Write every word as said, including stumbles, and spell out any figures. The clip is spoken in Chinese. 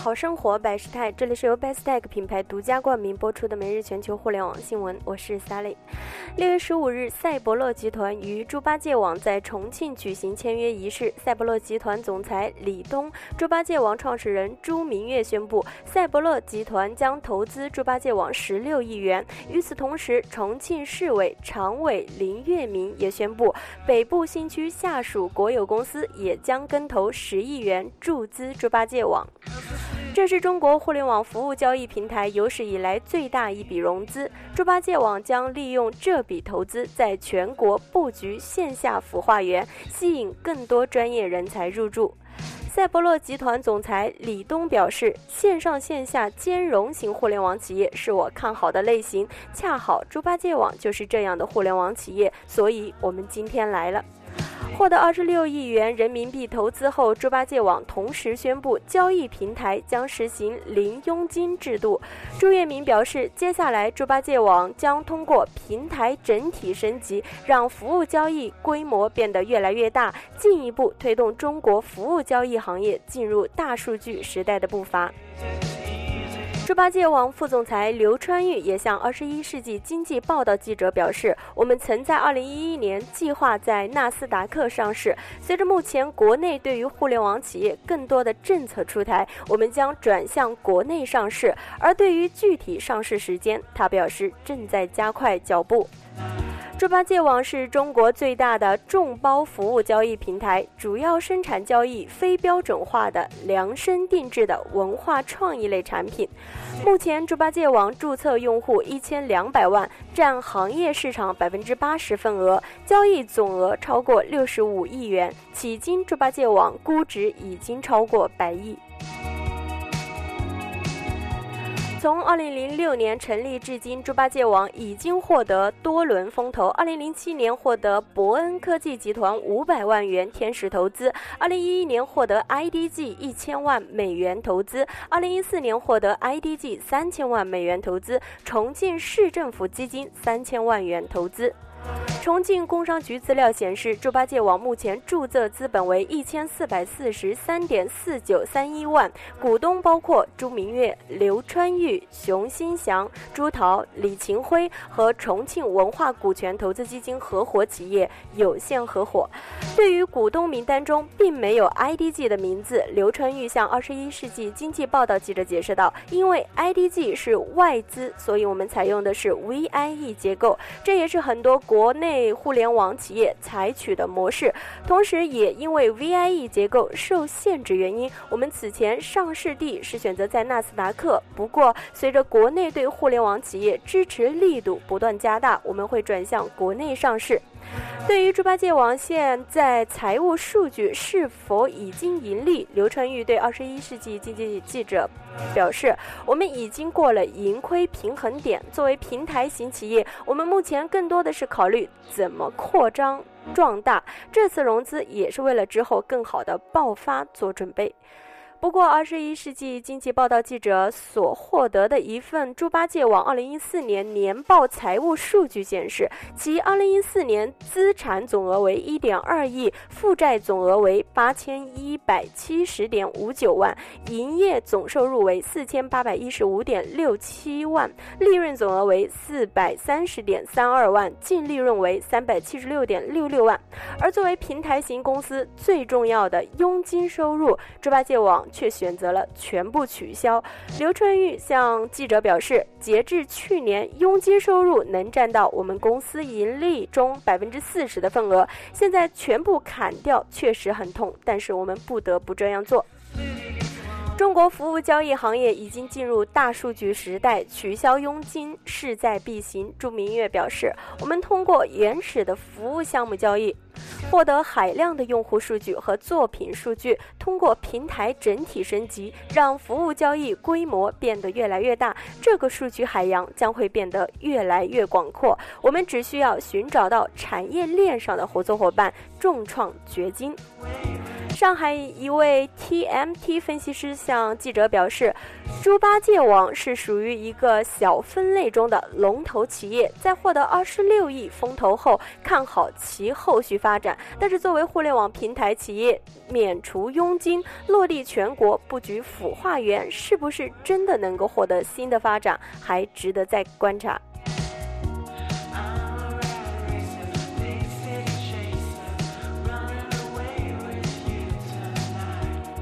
好生活百事态，这里是由 Bestech 品牌独家冠名播出的每日全球互联网新闻，我是 Sally。 六月十五日，赛博乐集团与猪八戒网在重庆举行签约仪式。赛博乐集团总裁李东、猪八戒网创始人朱明月宣布，赛博乐集团将投资猪八戒网十六亿元。与此同时，重庆市委常委林月明也宣布，北部新区下属国有公司也将跟投十亿元注资猪八戒网。这是中国互联网服务交易平台有史以来最大一笔融资，猪八戒网将利用这笔投资在全国布局线下孵化园，吸引更多专业人才入驻。赛博乐集团总裁李东表示，线上线下兼容型互联网企业是我看好的类型，恰好猪八戒网就是这样的互联网企业，所以我们今天来了。获得二十六亿元人民币投资后，猪八戒网同时宣布，交易平台将实行零佣金制度。朱月明表示，接下来猪八戒网将通过平台整体升级，让服务交易规模变得越来越大，进一步推动中国服务交易行业进入大数据时代的步伐。猪八戒网副总裁刘川玉也向二十一世纪经济报道记者表示，我们曾在二零一一年计划在纳斯达克上市，随着目前国内对于互联网企业更多的政策出台，我们将转向国内上市，而对于具体上市时间，他表示正在加快脚步。猪八戒网是中国最大的众包服务交易平台，主要生产交易非标准化的量身定制的文化创意类产品。目前猪八戒网注册用户一千两百万，占行业市场百分之八十份额，交易总额超过六十五亿元，迄今猪八戒网估值已经超过百亿。从二零零六年成立至今，猪八戒网已经获得多轮风投。二零零七年获得伯恩科技集团五百万元天使投资，二零一一年获得 I D G 一千万美元投资，二零一四年获得 I D G 三千万美元投资，重庆市政府基金三千万元投资。重庆工商局资料显示，猪八戒网目前注册资本为一千四百四十三点四九三一万，股东包括朱明月、刘川玉、熊新祥、朱桃、李勤辉和重庆文化股权投资基金合伙企业有限合伙。对于股东名单中并没有 I D G 的名字，刘川玉向二十一世纪经济报道记者解释道，因为 I D G 是外资，所以我们采用的是 V I E 结构，这也是很多国内互联网企业采取的模式，同时也因为 V I E 结构受限制原因，我们此前上市地是选择在纳斯达克。不过随着国内对互联网企业支持力度不断加大，我们会转向国内上市。对于猪八戒网现在财务数据是否已经盈利，刘川玉对二十一世纪经济记者表示，我们已经过了盈亏平衡点。作为平台型企业，我们目前更多的是考虑怎么扩张壮大，这次融资也是为了之后更好的爆发做准备。不过二十一世纪经济报道记者所获得的一份猪八戒网二零一四年年报财务数据显示，其二零一四年资产总额为 一点二亿，负债总额为八千一百七十点五九万，营业总收入为四千八百一十五点六七万，利润总额为四百三十点三二万，净利润为三百七十六点六六万。而作为平台型公司最重要的佣金收入，猪八戒网却选择了全部取消。刘川玉向记者表示，截至去年，佣金收入能占到我们公司盈利中百分之四十的份额，现在全部砍掉确实很痛，但是我们不得不这样做。中国服务交易行业已经进入大数据时代，取消佣金势在必行。朱明月表示，我们通过原始的服务项目交易，获得海量的用户数据和作品数据，通过平台整体升级，让服务交易规模变得越来越大，这个数据海洋将会变得越来越广阔。我们只需要寻找到产业链上的合作伙伴，重创掘金。 上海一位 T M T 分析师向记者表示，猪八戒网是属于一个小分类中的龙头企业，在获得二十六亿风投后，看好其后续发展。但是作为互联网平台企业，免除佣金、落地全国、布局孵化园，是不是真的能够获得新的发展，还值得再观察。